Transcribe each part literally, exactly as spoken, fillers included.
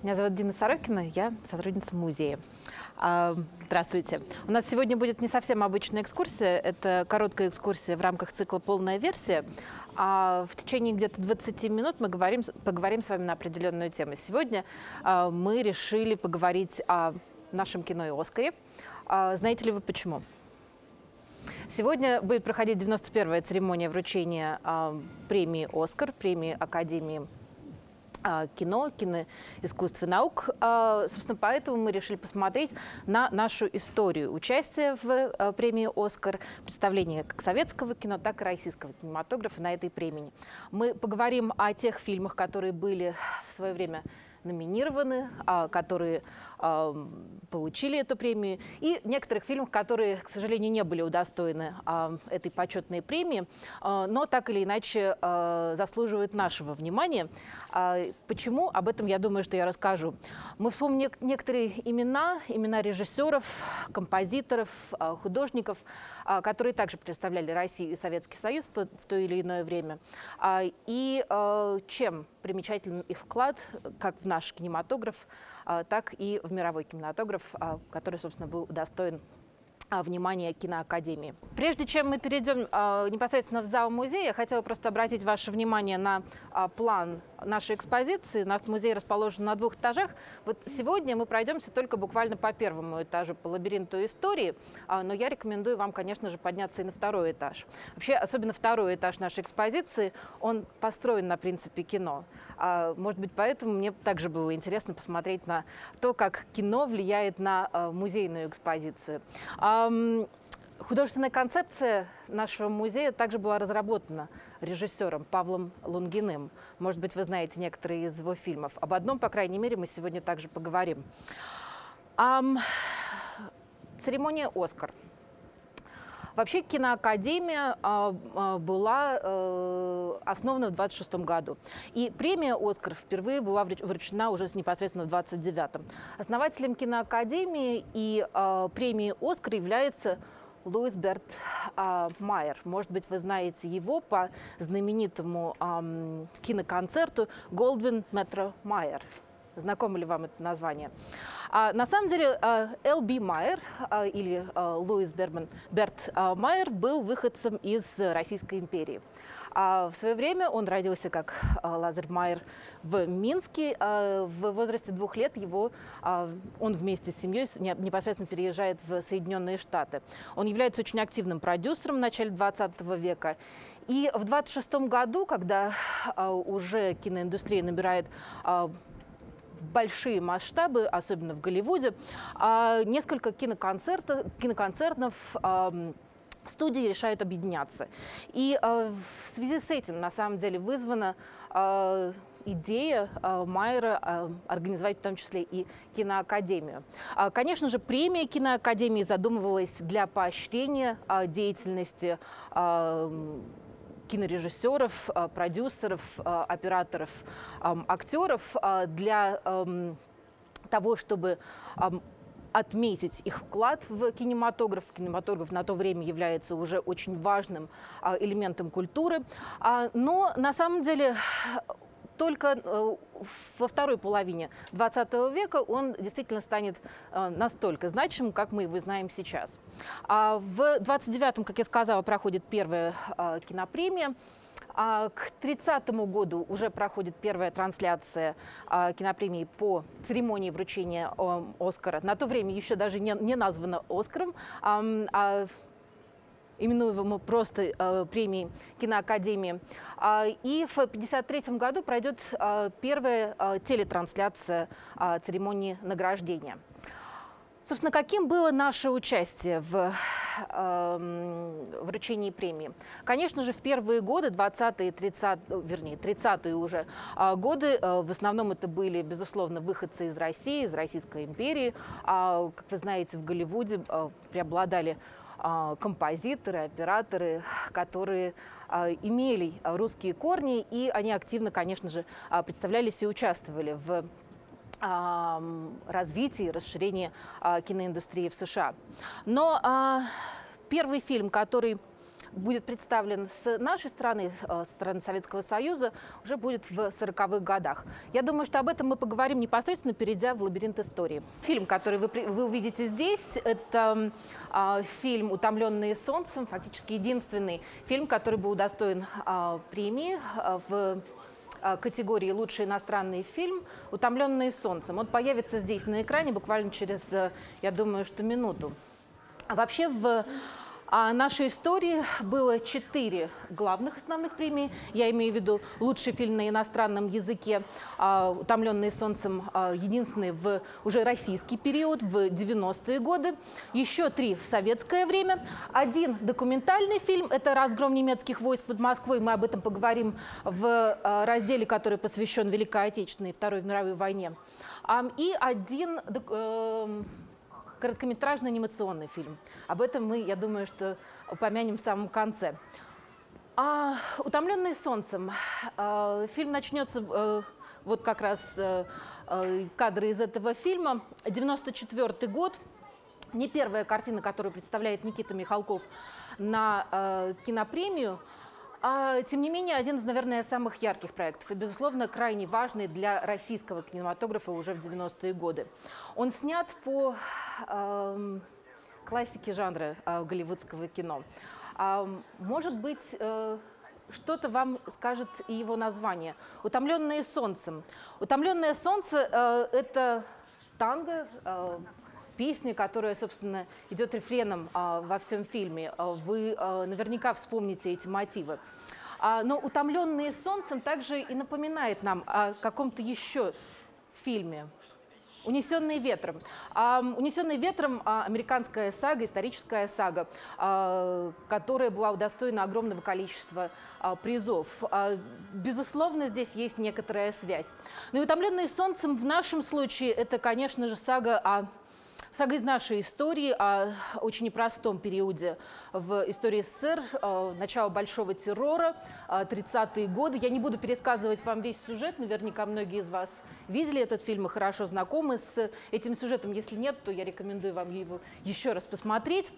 Меня зовут Дина Сорокина, я сотрудница музея. Здравствуйте. У нас сегодня будет не совсем обычная экскурсия. Это короткая экскурсия в рамках цикла «Полная версия». А в течение где-то двадцати минут мы говорим, поговорим с вами на определенную тему. Сегодня мы решили поговорить о нашем кино и «Оскаре». Знаете ли вы почему? Сегодня будет проходить девяносто первая церемония вручения премии «Оскар», премии Академии кино, киноискусств и наук. Собственно, поэтому мы решили посмотреть на нашу историю участия в премии «Оскар», представление как советского кино, так и российского кинематографа на этой премии. Мы поговорим о тех фильмах, которые были в свое время номинированы, которые получили эту премию, и некоторых фильмов, которые, к сожалению, не были удостоены этой почетной премии, но так или иначе заслуживают нашего внимания. Почему? Об этом, я думаю, что я расскажу. Мы вспомним некоторые имена, имена режиссеров, композиторов, художников, которые также представляли Россию и Советский Союз в то или иное время. И чем примечателен их вклад как в наш кинематограф, так и в мировой кинематограф, который, собственно, был удостоен внимания киноакадемии. Прежде чем мы перейдем непосредственно в зал музея, я хотела просто обратить ваше внимание на план нашей экспозиции. Наш музей расположен на двух этажах. Вот сегодня мы пройдемся только буквально по первому этажу, по лабиринту истории, но я рекомендую вам, конечно же, подняться и на второй этаж. Вообще, особенно второй этаж нашей экспозиции, он построен на принципе кино. Может быть, поэтому мне также было интересно посмотреть на то, как кино влияет на музейную экспозицию. Художественная концепция нашего музея также была разработана режиссером Павлом Лунгиным. Может быть, вы знаете некоторые из его фильмов. Об одном, по крайней мере, мы сегодня также поговорим. Um, церемония «Оскар». Вообще киноакадемия э, была э, основана в двадцать шестом году. И премия «Оскар» впервые была вручена уже непосредственно в двадцать девятом. Основателем киноакадемии и э, премии «Оскар» является Луис Берт э, Майер. Может быть, вы знаете его по знаменитому э, киноконцерту «Голдвин Метро Майер». Знакомо ли вам это название? А, на самом деле Эл Би Майер а, или а, Луис Берман, Берт а, Майер был выходцем из Российской империи. А, в свое время он родился как а, Лазарь Майер в Минске. А, в возрасте двух лет его, а, он вместе с семьей непосредственно переезжает в Соединенные Штаты. Он является очень активным продюсером в начале двадцатого века. И в двадцать шестом году, когда а, уже киноиндустрия набирает а, большие масштабы, особенно в Голливуде, несколько киноконцертов, киноконцертов студии решают объединяться. И в связи с этим, на самом деле, вызвана идея Майера организовать в том числе и киноакадемию. Конечно же, премия киноакадемии задумывалась для поощрения деятельности кинорежиссеров, продюсеров, операторов, актеров для того, чтобы отметить их вклад в кинематограф. Кинематограф на то время является уже очень важным элементом культуры. Но на самом деле только во второй половине двадцатого века он действительно станет настолько значимым, как мы его знаем сейчас. В двадцать девятом, как я сказала, проходит первая кинопремия. К тридцатому году уже проходит первая трансляция кинопремии по церемонии вручения «Оскара». На то время еще даже не, не названа «Оскаром», а именуемому просто э, премией киноакадемии. А, и в пятьдесят третьем году пройдет э, первая э, телетрансляция э, церемонии награждения. Собственно, каким было наше участие в э, вручении премии? Конечно же, в первые годы, двадцатые, тридцатые, вернее, тридцатые уже э, годы, э, в основном это были, безусловно, выходцы из России, из Российской империи. А, как вы знаете, в Голливуде э, преобладали композиторы, операторы, которые имели русские корни, и они активно, конечно же, представлялись и участвовали в развитии и расширении киноиндустрии в США. Но первый фильм, который будет представлен с нашей стороны, со стороны Советского Союза, уже будет в сороковых годах. Я думаю, что об этом мы поговорим непосредственно, перейдя в «Лабиринт истории». Фильм, который вы, вы увидите здесь, это э, фильм «Утомленные солнцем», фактически единственный фильм, который был удостоен э, премии э, в категории «Лучший иностранный фильм» «Утомленные солнцем». Он появится здесь на экране буквально через, я думаю, что минуту. А вообще в нашей истории было четыре главных основных премии. Я имею в виду лучший фильм на иностранном языке «Утомленные солнцем», единственный в уже российский период, в девяностые годы. Еще три в советское время. Один документальный фильм – это «Разгром немецких войск под Москвой». Мы об этом поговорим в разделе, который посвящен Великой Отечественной и Второй мировой войне. И один короткометражный анимационный фильм. Об этом мы, я думаю, что упомянем в самом конце. А «Утомленные солнцем». Э, фильм начнется, э, вот как раз э, кадры из этого фильма. девяносто четвёртый год. Не первая картина, которую представляет Никита Михалков на э, кинопремию. А, тем не менее, один из, наверное, самых ярких проектов и, безусловно, крайне важный для российского кинематографа уже в девяностые годы. Он снят по э, классике жанра э, голливудского кино. А, может быть, э, что-то вам скажет и его название. «Утомленные солнцем». «Утомленное солнце» э, – это танго, э, песня, которая, собственно, идет рефреном а, во всем фильме. Вы а, наверняка вспомните эти мотивы. А, но «Утомленные солнцем» также и напоминает нам о каком-то еще фильме. «Унесенные ветром». А, «Унесенные ветром» а, – американская сага, историческая сага, а, которая была удостоена огромного количества а, призов. А, безусловно, здесь есть некоторая связь. Но и «Утомленные солнцем» в нашем случае – это, конечно же, сага о Сага из нашей истории о очень непростом периоде в истории СССР, начало большого террора, тридцатые годы. Я не буду пересказывать вам весь сюжет, наверняка многие из вас видели этот фильм и хорошо знакомы с этим сюжетом. Если нет, то я рекомендую вам его еще раз посмотреть.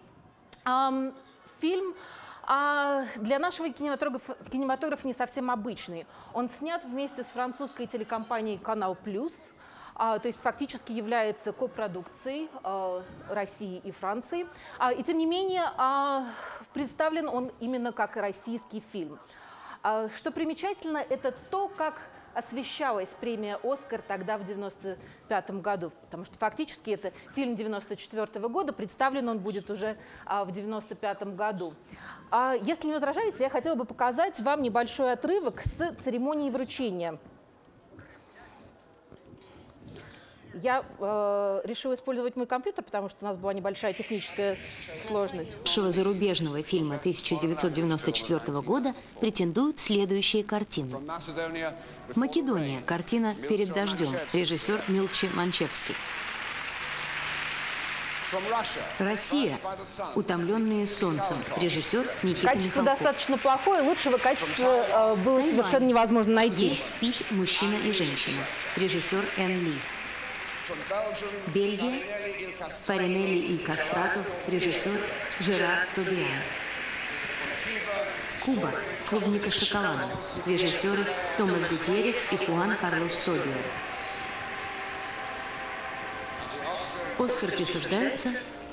Фильм для нашего кинематографа, кинематографа не совсем обычный. Он снят вместе с французской телекомпанией «Канал Плюс». А, то есть фактически является копродукцией а, России и Франции. А, и тем не менее а, представлен он именно как российский фильм. А, что примечательно, это то, как освещалась премия «Оскар» тогда в девяносто пятом году. Потому что фактически это фильм девяносто четвёртого года, представлен он будет уже а, в девяносто пятом году. А, если не возражаете, я хотела бы показать вам небольшой отрывок с церемонии вручения. Я э, решила использовать мой компьютер, потому что у нас была небольшая техническая сложность. Лучшего зарубежного фильма тысяча девятьсот девяносто четвёртого года претендуют следующие картины. «Македония» – картина «Перед дождем», режиссер Милче Манчевский. «Россия. Утомленные солнцем», режиссер Никита Качество Михалков. достаточно плохое, лучшего качества э, было Тайвань. совершенно невозможно найти. «Есть, пить, мужчина и женщина», режиссер Энн Ли. Бельгия. «Фаринелли и Кастратов», режиссер Жерар Тобиан. Куба. «Клубника шоколада», режиссеры Томас Гутьеррес и Хуан Карлос Тобио. Оскар присуждается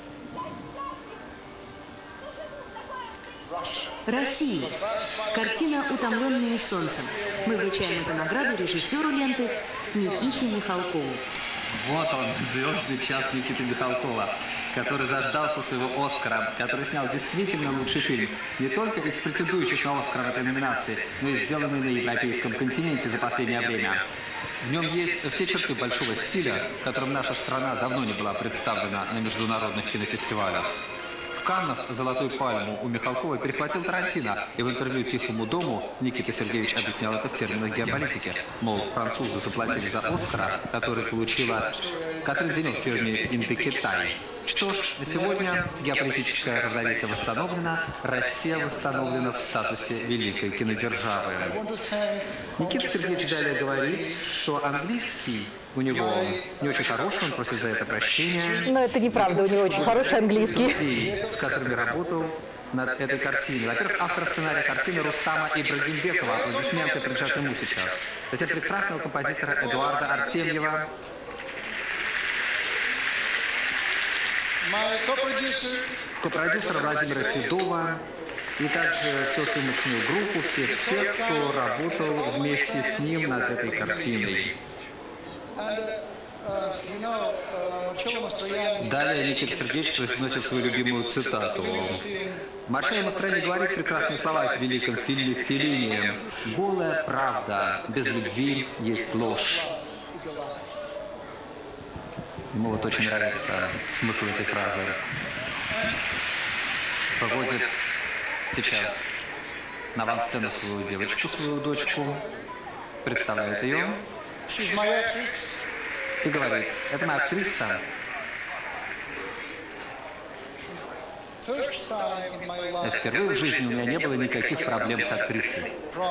России. Картина «Утомленные солнцем». Мы вручаем эту награду режиссеру ленты Никите Михалкову. Вот он, звездный час Никиты Михалкова, который заждался своего «Оскара», который снял действительно лучший фильм не только из претендующих на «Оскар» в этой номинации, но и сделанный на европейском континенте за последнее время. В нем есть все черты большого стиля, которым наша страна давно не была представлена на международных кинофестивалях. В Каннах «Золотую пальму» у Михалкова перехватил Тарантино, и в интервью «Тихому дому» Никита Сергеевич объяснял это в терминах геополитики. Мол, французы заплатили за «Оскара», который получила Катрин Денев в фильме «Индокитай». Что ж, сегодня геополитическое равновесие восстановлено, Россия восстановлена в статусе великой кинодержавы. Никита Сергеевич далее говорит, что английский у него не очень хороший, он просит за это прощения. Но это неправда, у него очень хороший английский. Людей, с которыми работал, над этой картиной. Во-первых, автор сценария картины Рустама Ибрагимбекова. Аплодисменты принадлежат ему сейчас. Затем прекрасного композитора Эдуарда Артемьева. Копродюсера Владимира Седова. И также всю съемочную группу, всех тех, кто работал вместе с ним над этой картиной. Далее Никита Сергеевич произносит свою любимую цитату. Маршал Мастроянни говорит прекрасные слова в великом фильме Феллини. «Голая правда, без любви есть ложь». Ему вот очень нравится смысл этой фразы. Проводит сейчас на авансцену свою девочку, свою дочку, представляет ее и говорит: это моя актриса. Впервые в жизни у меня не было никаких проблем с актрисой.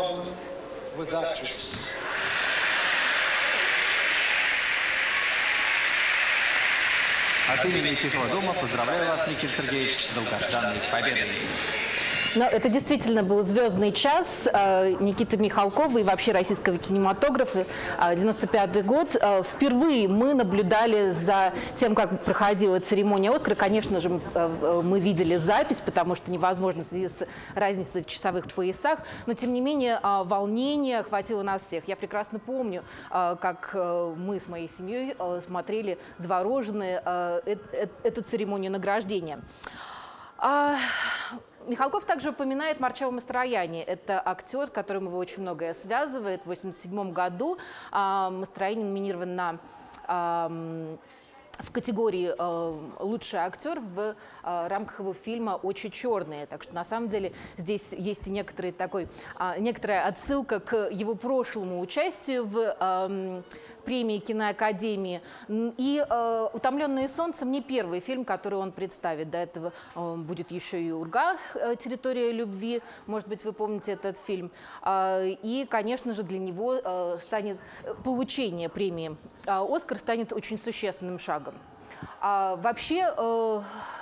От имени Тихого дома поздравляю вас, Никита Сергеевич, с долгожданной победой. Но это действительно был звездный час Никиты Михалкова и вообще российского кинематографа. девяносто пятый год. Впервые мы наблюдали за тем, как проходила церемония «Оскара». Конечно же, мы видели запись, потому что невозможно в связи с разницей в часовых поясах. Но, тем не менее, волнение охватило нас всех. Я прекрасно помню, как мы с моей семьей смотрели завороженные эту церемонию награждения. Михалков также упоминает Марчелло Мастроянни. Это актер, с которым его очень многое связывает. В восемьдесят седьмом году э, Мастроянни номинирован на, э, в категории э, «Лучший актер» в э, рамках его фильма «Очи черные». Так что на самом деле здесь есть и некоторый такой, э, некоторая отсылка к его прошлому участию в э, премии киноакадемии. И э, «Утомленные солнцем» не первый фильм, который он представит. До этого э, будет еще и «Урга. Территория любви». Может быть, вы помните этот фильм. Э, и, конечно же, для него э, станет получение премии э, «Оскар» станет очень существенным шагом. А вообще э,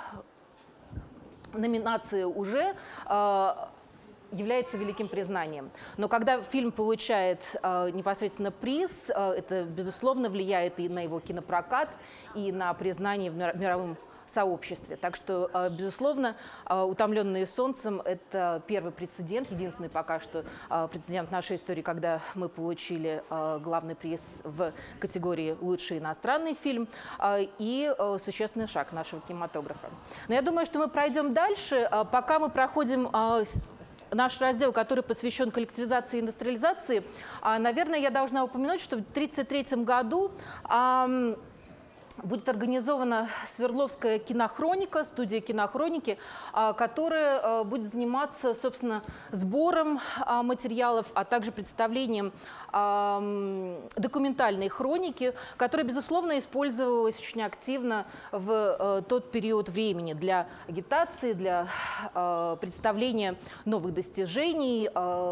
номинации уже э, является великим признанием. Но когда фильм получает э, непосредственно приз, э, это, безусловно, влияет и на его кинопрокат, и на признание в мировом сообществе. Так что, э, безусловно, э, «Утомленные солнцем» — это первый прецедент, единственный пока что э, прецедент в нашей истории, когда мы получили э, главный приз в категории «Лучший иностранный фильм» э, и э, существенный шаг нашего кинематографа. Но я думаю, что мы пройдем дальше. Э, пока мы проходим э, наш раздел, который посвящен коллективизации и индустриализации, наверное, я должна упомянуть, что в тысяча девятьсот тридцать третьем году будет организована Свердловская кинохроника, студия кинохроники, которая будет заниматься, собственно, сбором материалов, а также представлением документальной хроники, которая, безусловно, использовалась очень активно в тот период времени для агитации, для представления новых достижений,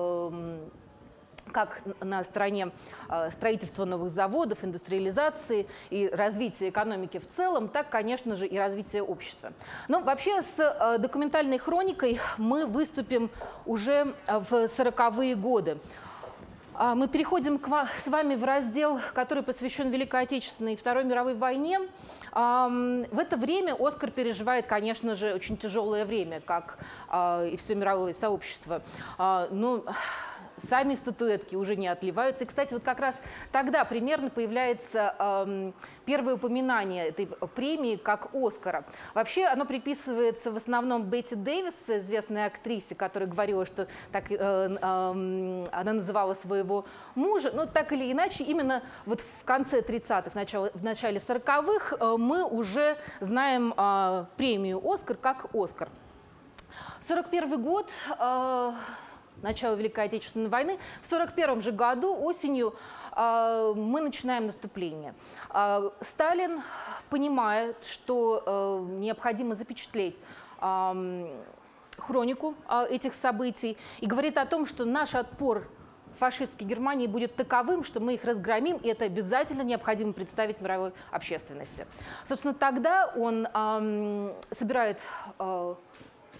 как на стороне строительства новых заводов, индустриализации и развития экономики в целом, так, конечно же, и развития общества. Но вообще с документальной хроникой мы выступим уже в сороковые годы. Мы переходим к вам, с вами в раздел, который посвящен Великой Отечественной и Второй мировой войне. В это время «Оскар» переживает, конечно же, очень тяжелое время, как и все мировое сообщество. Но сами статуэтки уже не отливаются. И, кстати, вот как раз тогда примерно появляется э, первое упоминание этой премии как «Оскара». Вообще оно приписывается в основном Бетти Дэвис, известной актрисе, которая говорила, что так, э, э, она называла своего мужа. Но так или иначе, именно вот в конце тридцатых, в начале, в начале сороковых э, мы уже знаем э, премию «Оскар» как «Оскар». сорок первый год... Э, начало Великой Отечественной войны. В сорок первом же году осенью э, мы начинаем наступление. Э, Сталин понимает, что э, необходимо запечатлеть э, хронику э, этих событий и говорит о том, что наш отпор фашистской Германии будет таковым, что мы их разгромим, и это обязательно необходимо представить мировой общественности. Собственно, тогда он э, собирает э,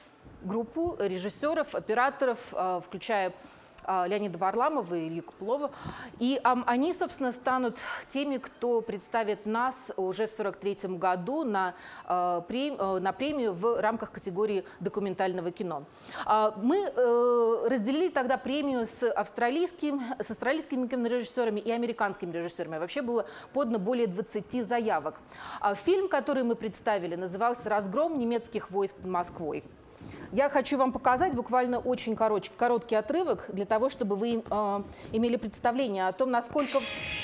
группу режиссеров, операторов, включая Леонида Варламова и Илью Копылова. И um, они, собственно, станут теми, кто представит нас уже в сорок третьем году на, uh, прем, uh, на премию в рамках категории документального кино. Uh, мы uh, разделили тогда премию с, австралийским, с австралийскими кинорежиссерами и американскими режиссерами. Вообще было подано более двадцати заявок. Uh, фильм, который мы представили, назывался «Разгром немецких войск над Москвой». Я хочу вам показать буквально очень короч, короткий отрывок для того, чтобы вы э, имели представление о том, насколько,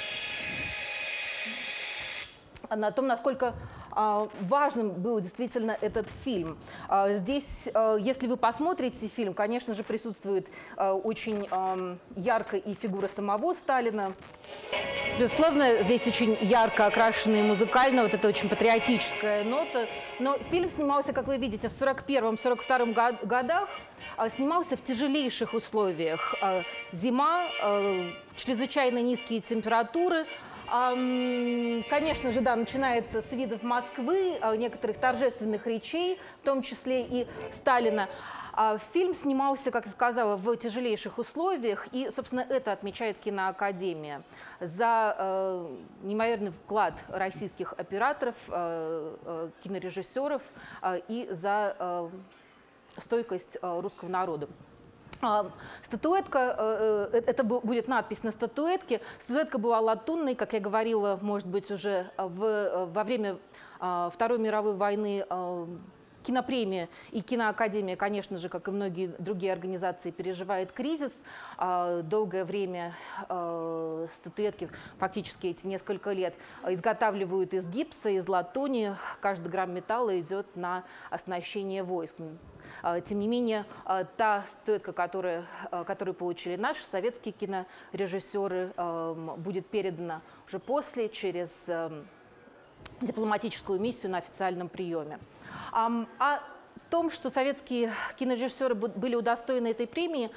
о том, насколько э, важным был действительно этот фильм. Э, здесь, э, если вы посмотрите фильм, конечно же, присутствует э, очень э, ярко и фигура самого Сталина. Безусловно, здесь очень ярко окрашенная музыкально, вот это очень патриотическая нота. Но фильм снимался, как вы видите, в сорок первом — сорок втором годах, снимался в тяжелейших условиях. Зима, чрезвычайно низкие температуры. Конечно же, да, начинается с видов Москвы, некоторых торжественных речей, в том числе и Сталина. Фильм снимался, как я сказала, в тяжелейших условиях, и, собственно, это отмечает киноакадемия за э, неимоверный вклад российских операторов, э, э, кинорежиссеров э, и за э, стойкость э, русского народа. Статуэтка, это будет надпись на статуэтке. Статуэтка была латунной, как я говорила, может быть, уже в, во время Второй мировой войны. Кинопремия и киноакадемия, конечно же, как и многие другие организации, переживает кризис. Долгое время статуэтки, фактически эти несколько лет, изготавливают из гипса, из латуни. Каждый грамм металла идет на оснащение войск. Тем не менее, та статуэтка, которую, которую получили наши советские кинорежиссеры, будет передана уже после, через дипломатическую миссию на официальном приеме. О том, что советские кинорежиссеры были удостоены этой премии,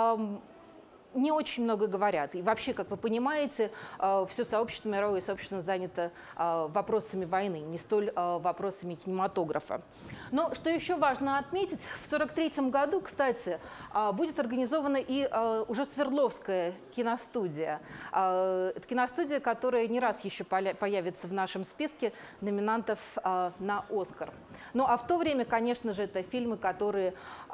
не очень много говорят. И вообще, как вы понимаете, все сообщество, мировое сообщество занято вопросами войны, не столь вопросами кинематографа. Но что еще важно отметить, в сорок третьем году, кстати, будет организована и уже Свердловская киностудия. Это киностудия, которая не раз еще появится в нашем списке номинантов на «Оскар». Ну а в то время, конечно же, это фильмы, которые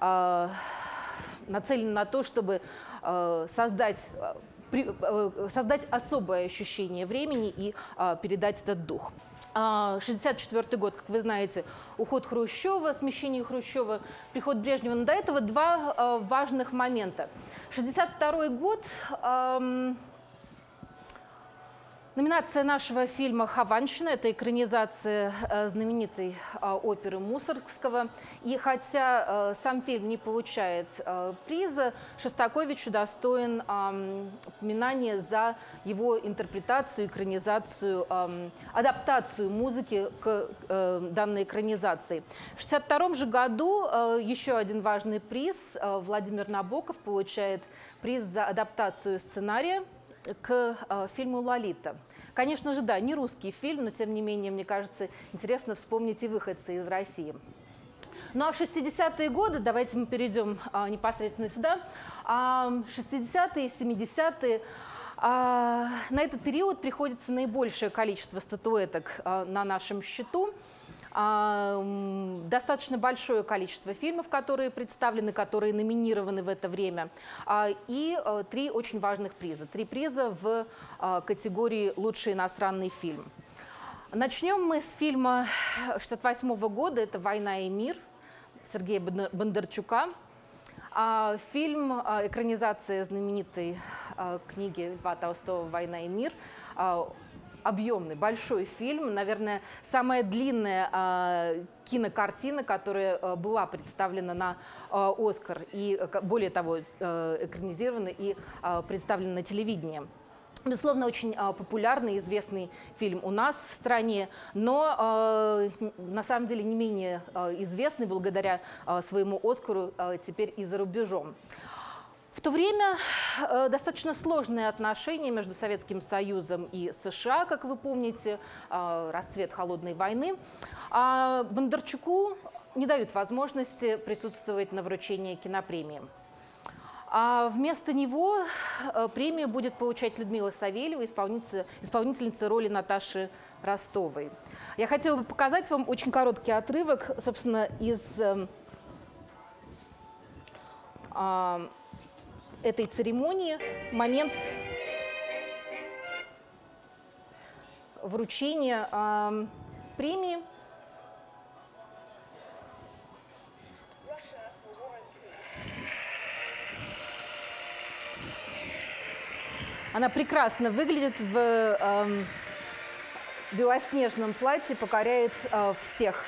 нацелены на то, чтобы э, создать, при, э, создать особое ощущение времени и э, передать этот дух. шестьдесят четвёртый год, как вы знаете, уход Хрущева, смещение Хрущева, приход Брежнева. Но до этого два э, важных момента. шестьдесят второй год. Э, Номинация нашего фильма «Хованщина» – это экранизация э, знаменитой э, оперы Мусоргского. И хотя э, сам фильм не получает э, приза, Шостакович удостоен э, упоминания за его интерпретацию, экранизацию, э, адаптацию музыки к э, данной экранизации. В шестьдесят втором же году э, еще один важный приз. Э, Владимир Набоков получает приз за адаптацию сценария к э, фильму «Лолита». Конечно же, да, не русский фильм, но тем не менее, мне кажется, интересно вспомнить и выходцы из России. Ну а в шестидесятые годы, давайте мы перейдем э, непосредственно сюда, э, шестидесятые, семидесятые, э, на этот период приходится наибольшее количество статуэток э, на нашем счету. Достаточно большое количество фильмов, которые представлены, которые номинированы в это время, и три очень важных приза. Три приза в категории «Лучший иностранный фильм». Начнем мы с фильма шестьдесят восьмого года, это «Война и мир» Сергея Бондарчука. Фильм, экранизация знаменитой книги Льва Толстого «Война и мир». Объемный, большой фильм, наверное, самая длинная э, кинокартина, которая э, была представлена на э, «Оскар», и, э, более того, э, экранизирована и э, представлена на телевидении. Безусловно, очень э, популярный, известный фильм у нас в стране, но э, на самом деле не менее э, известный благодаря э, своему «Оскару» э, теперь и за рубежом. В то время э, достаточно сложные отношения между Советским Союзом и США, как вы помните, э, расцвет холодной войны. А Бондарчуку не дают возможности присутствовать на вручении кинопремии. А вместо него премию будет получать Людмила Савельева, исполнительница, исполнительница роли Наташи Ростовой. Я хотела бы показать вам очень короткий отрывок, собственно, из э, э, этой церемонии, момент вручения э, премии. Она прекрасно выглядит в э, белоснежном платье, покоряет э, всех.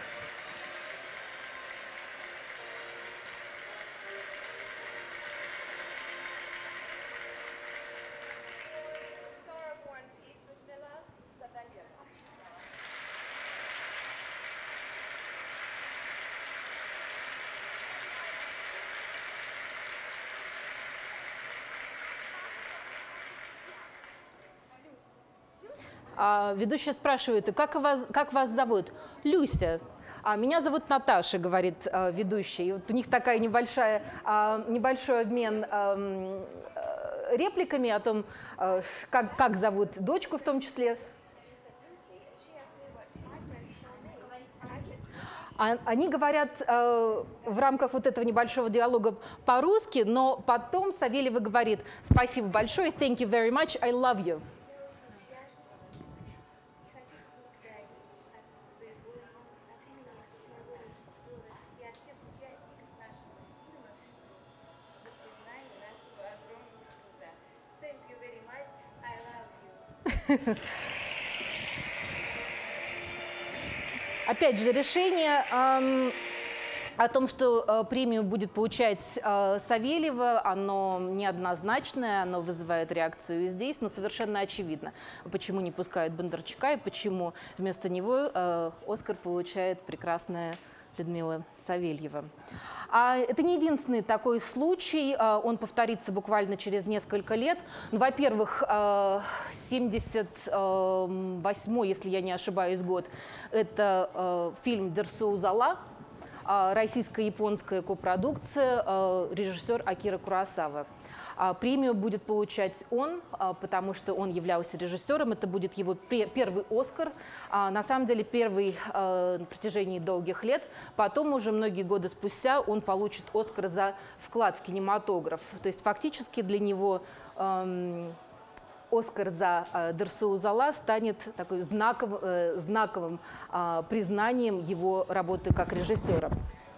А ведущая спрашивает, как вас, как вас зовут? Люся. А меня зовут Наташа, говорит а, ведущий. Вот у них такая небольшая, а, небольшой обмен а, репликами о том, а, как, как зовут дочку в том числе. А, они говорят э, в рамках вот этого небольшого диалога по-русски, но потом Савельева говорит: спасибо большое, thank you very much, I love you. Опять же, решение эм, о том, что э, премию будет получать э, Савельева, оно неоднозначное, оно вызывает реакцию и здесь, но совершенно очевидно, почему не пускают Бондарчука и почему вместо него э, Оскар получает прекрасная Людмила Савельева. А это не единственный такой случай, он повторится буквально через несколько лет. Ну, во-первых, семьдесят восьмой, если я не ошибаюсь, год, это фильм «Дерсу Узала», российско-японская копродукция, режиссер Акира Куросава. Премию будет получать он, потому что он являлся режиссером. Это будет его первый «Оскар». На самом деле первый на протяжении долгих лет. Потом уже многие годы спустя он получит «Оскар» за вклад в кинематограф. То есть фактически для него «Оскар» за «Дерсу Узала» станет такой знаковым, знаковым признанием его работы как режиссера.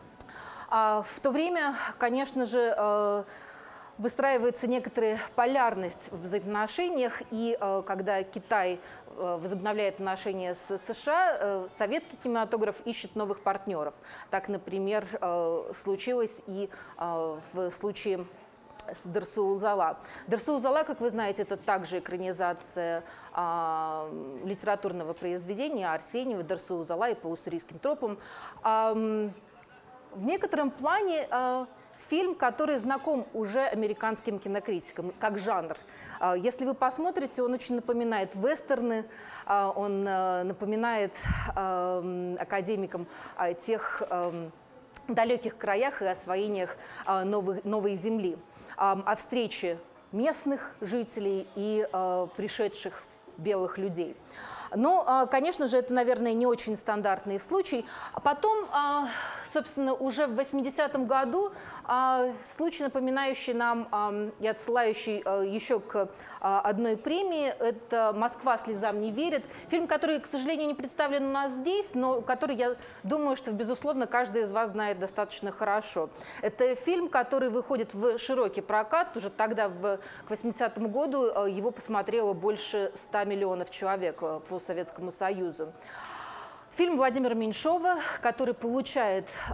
В то время, конечно же, выстраивается некоторая полярность в взаимоотношениях, и э, когда Китай э, возобновляет отношения с США, э, советский кинематограф ищет новых партнеров. Так, например, э, случилось и э, в случае с «Дерсу Узала». «Дерсу Узала», как вы знаете, это также экранизация э, литературного произведения Арсеньева «Дерсу Узала» и по уссурийским тропам. Э, в некотором плане э, фильм, который знаком уже американским кинокритикам, как жанр. Если вы посмотрите, он очень напоминает вестерны, он напоминает академикам о тех далеких краях и освоениях новой, новой земли, о встрече местных жителей и пришедших белых людей. Но, конечно же, это, наверное, не очень стандартный случай. А потом, собственно, уже в восьмидесятом году случай, напоминающий нам и отсылающий еще к одной премии, это «Москва слезам не верит». Фильм, который, к сожалению, не представлен у нас здесь, но который, я думаю, что, безусловно, каждый из вас знает достаточно хорошо. Это фильм, который выходит в широкий прокат. Уже тогда, в, к восьмидесятому году, его посмотрело больше ста миллионов человек по Советскому Союзу. Фильм Владимира Меньшова, который получает э,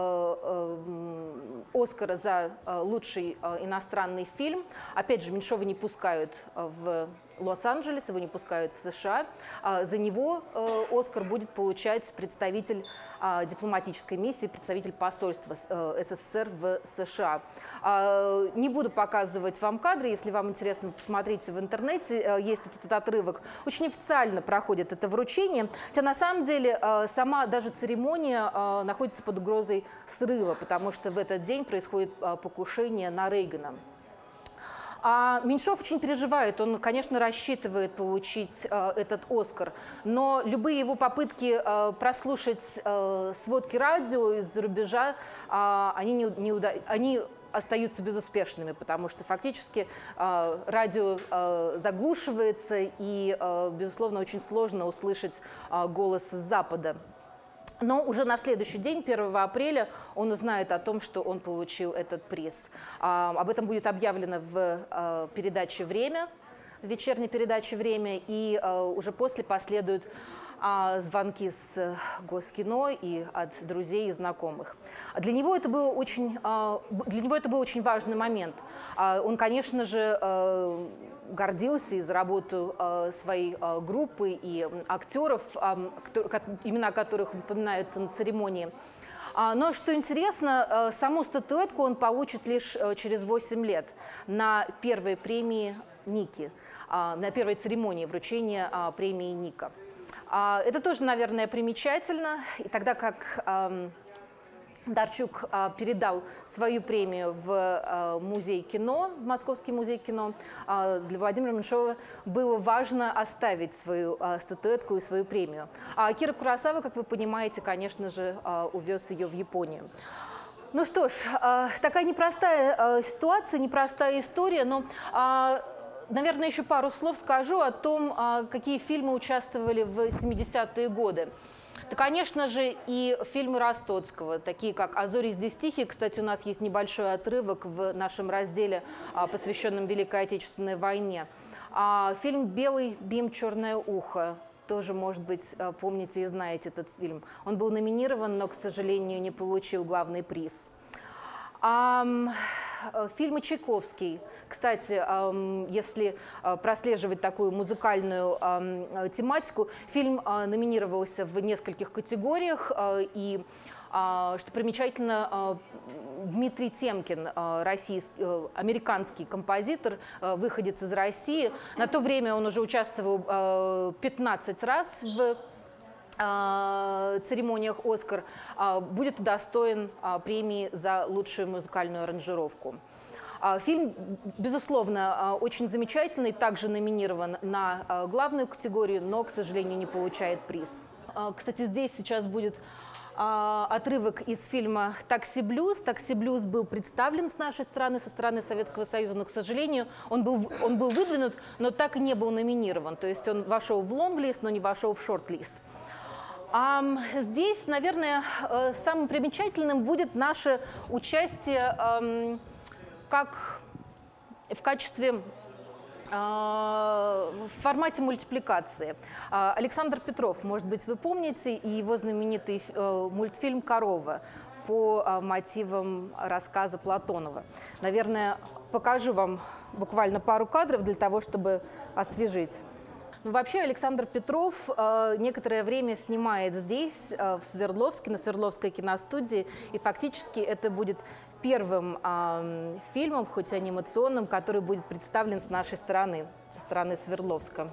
э, Оскара за э, лучший э, иностранный фильм. Опять же, Меньшова не пускают в Лос-Анджелес, его не пускают в США. За него «Оскар» будет получать представитель дипломатической миссии, представитель посольства СССР в США. Не буду показывать вам кадры, если вам интересно, посмотрите в интернете, есть этот отрывок. Очень официально проходит это вручение, хотя на самом деле сама даже церемония находится под угрозой срыва, потому что в этот день происходит покушение на Рейгана. А Меньшов очень переживает, он, конечно, рассчитывает получить э, этот «Оскар», но любые его попытки э, прослушать э, сводки радио из-за рубежа, э, они, не, не уда... они остаются безуспешными, потому что фактически э, радио э, заглушивается и, э, безусловно, очень сложно услышать э, голос с Запада. Но уже на следующий день, первого апреля, он узнает о том, что он получил этот приз. А, об этом будет объявлено в а, передаче «Время», в вечерней передаче «Время», и а, уже после последуют а, звонки с Госкино и от друзей и знакомых. Для него это был очень, а, для него это был очень важный момент. А, он, конечно же, а, гордился из-за работы э, своей э, группы и актеров, э, которые, имена которых упоминаются на церемонии. А, но, что интересно, э, саму статуэтку он получит лишь э, через восемь лет на первой премии Ники, э, на первой церемонии вручения э, премии Ника. А, это тоже, наверное, примечательно. И тогда как э, Дарчук а, передал свою премию в а, музей кино, в Московский музей кино, а, для Владимира Меньшова было важно оставить свою а, статуэтку и свою премию. А Акира Куросава, как вы понимаете, конечно же, а, увез ее в Японию. Ну что ж, а, такая непростая а, ситуация, непростая история, но, а, наверное, еще пару слов скажу о том, а, какие фильмы участвовали в семидесятые годы. Да, конечно же, и фильмы Ростоцкого, такие как «А зори здесь тихие». Кстати, у нас есть небольшой отрывок в нашем разделе, посвященном Великой Отечественной войне. Фильм «Белый бим, черное ухо». Тоже, может быть, помните и знаете этот фильм. Он был номинирован, но, к сожалению, не получил главный приз. Фильмы Чайковский. Кстати, если прослеживать такую музыкальную тематику, фильм номинировался в нескольких категориях. И, что примечательно, Дмитрий Темкин, российский, американский композитор, выходец из России. На то время он уже участвовал пятнадцать раз в церемониях «Оскар», будет удостоен премии за лучшую музыкальную аранжировку. Фильм, безусловно, очень замечательный, также номинирован на главную категорию, но, к сожалению, не получает приз. Кстати, здесь сейчас будет отрывок из фильма «Такси Блюз». «Такси Блюз» был представлен с нашей стороны, со стороны Советского Союза, но, к сожалению, он был, он был выдвинут, но так и не был номинирован. То есть он вошел в лонглист, но не вошел в шорт-лист. А здесь, наверное, самым примечательным будет наше участие как в качестве в формате мультипликации. Александр Петров, может быть, вы помните, и его знаменитый мультфильм «Корова» по мотивам рассказа Платонова. Наверное, покажу вам буквально пару кадров для того, чтобы освежить. Ну, вообще Александр Петров э, некоторое время снимает здесь, э, в Свердловске, на Свердловской киностудии, и фактически это будет первым э, фильмом, хоть и анимационным, который будет представлен с нашей стороны, со стороны Свердловска.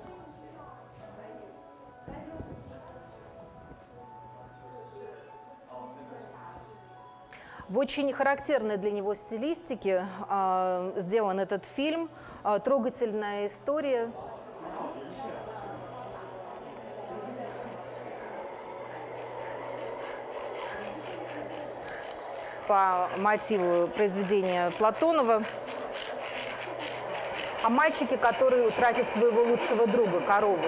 В очень характерной для него стилистике э, сделан этот фильм, э, трогательная история. По мотиву произведения Платонова о мальчике, который утратит своего лучшего друга, корову.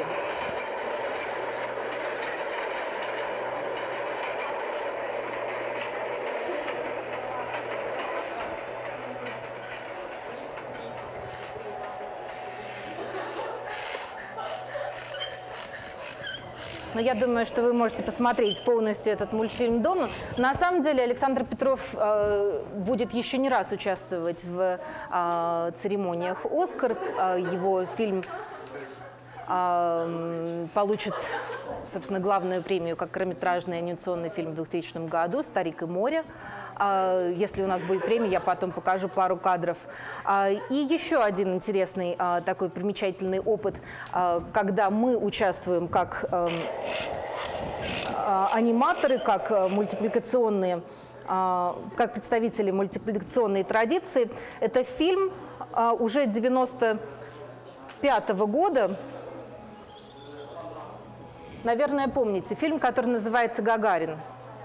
Но я думаю, что вы можете посмотреть полностью этот мультфильм дома. На самом деле Александр Петров э, будет еще не раз участвовать в э, церемониях «Оскар». Э, его фильм получит, собственно, главную премию как короткометражный анимационный фильм в двухтысячном году «Старик и море». Если у нас будет время, я потом покажу пару кадров. И еще один интересный такой примечательный опыт, когда мы участвуем как аниматоры, как мультипликационные, как представители мультипликационной традиции. Это фильм уже девяносто пятого года. Наверное, помните, фильм, который называется «Гагарин».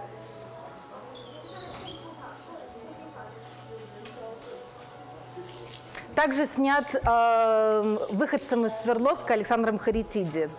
Также снят э, выходцем из Свердловска Александром Харитиди.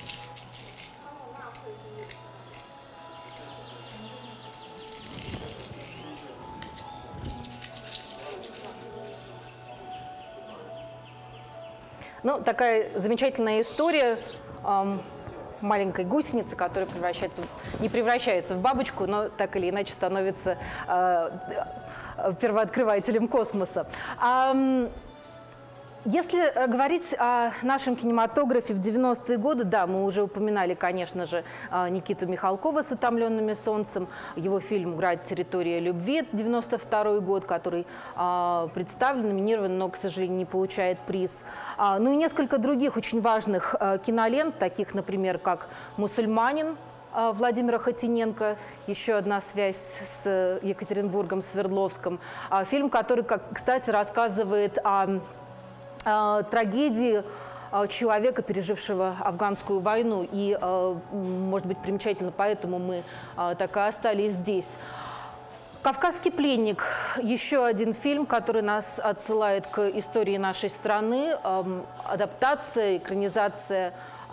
Ну, такая замечательная история э, маленькой гусеницы, которая превращается, не превращается в бабочку, но так или иначе становится э, первооткрывателем космоса. А, если говорить о нашем кинематографе в девяностые годы, да, мы уже упоминали, конечно же, Никиту Михалкова с «Утомленными солнцем», его фильм «Град. Территория любви», девяносто второй год, который а, представлен, номинирован, но, к сожалению, не получает приз. А, ну и несколько других очень важных а, кинолент, таких, например, как «Мусульманин» Владимира Хотиненко, еще одна связь с Екатеринбургом, Свердловском. А, фильм, который, как, кстати, рассказывает о трагедии человека, пережившего афганскую войну. И, может быть, примечательно, поэтому мы так и остались здесь. «Кавказский пленник» – еще один фильм, который нас отсылает к истории нашей страны. Адаптация, экранизация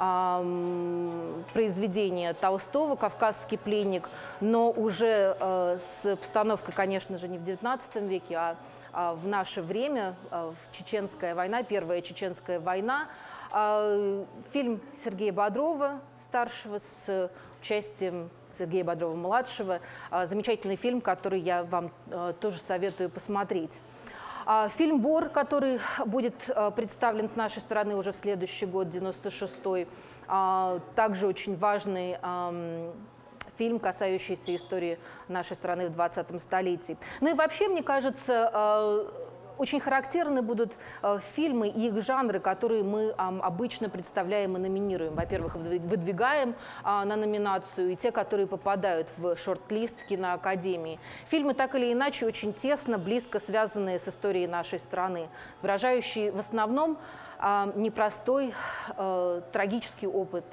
произведения Толстого «Кавказский пленник», но уже с постановкой, конечно же, не в девятнадцатом веке, а в наше время, в Чеченская война, Первая Чеченская война. Фильм Сергея Бодрова, старшего, с участием Сергея Бодрова-младшего. Замечательный фильм, который я вам тоже советую посмотреть. Фильм «Вор», который будет представлен с нашей стороны уже в следующий год, девяносто шестой. Также очень важный фильм, касающийся истории нашей страны в двадцатом столетии. Ну и вообще, мне кажется, очень характерны будут фильмы и их жанры, которые мы обычно представляем и номинируем. Во-первых, выдвигаем на номинацию, и те, которые попадают в шорт-лист киноакадемии. Фильмы так или иначе очень тесно, близко связанные с историей нашей страны, выражающие в основном непростой трагический опыт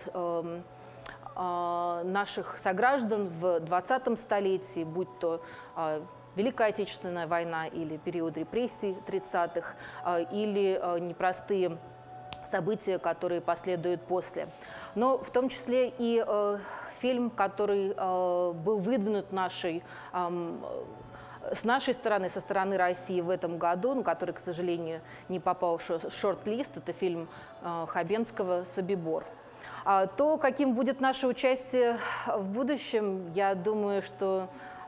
наших сограждан в двадцатом столетии, будь то Великая Отечественная война или период репрессий тридцатых, или непростые события, которые последуют после. Но в том числе и фильм, который был выдвинут нашей, с нашей стороны, со стороны России в этом году, но который, к сожалению, не попал в шорт-лист, это фильм Хабенского «Собибор». То, каким будет наше участие в будущем, я думаю, что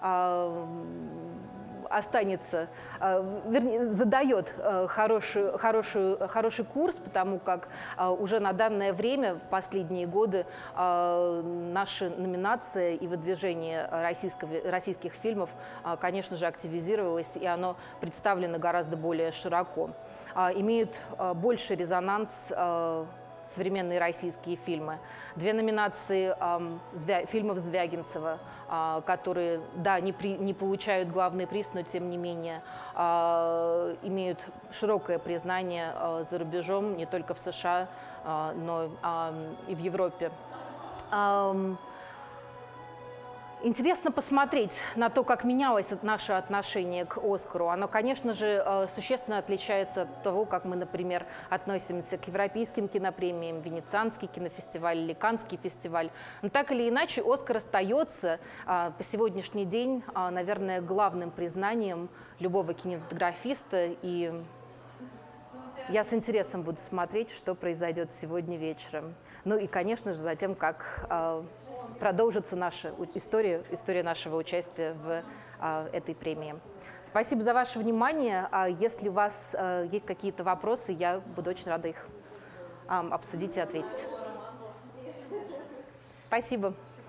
останется, вернее, задает хороший, хороший, хороший курс, потому как уже на данное время, в последние годы, наша номинация и выдвижение российского, российских фильмов, конечно же, активизировалось, и оно представлено гораздо более широко. Имеют больший резонанс современные российские фильмы. Две номинации э, фильмов Звягинцева, э, которые, да, не, при, не получают главный приз, но тем не менее э, имеют широкое признание э, за рубежом, не только в США, э, но э, и в Европе. Э, Интересно посмотреть на то, как менялось наше отношение к «Оскару». Оно, конечно же, существенно отличается от того, как мы, например, относимся к европейским кинопремиям, Венецианский кинофестиваль или Каннский фестиваль. Но так или иначе, «Оскар» остается по сегодняшний день, наверное, главным признанием любого кинематографиста. И я с интересом буду смотреть, что произойдет сегодня вечером. Ну и, конечно же, затем, как э, продолжится наша история, история нашего участия в э, этой премии. Спасибо за ваше внимание. Если у вас э, есть какие-то вопросы, я буду очень рада их обсудить и ответить. Спасибо.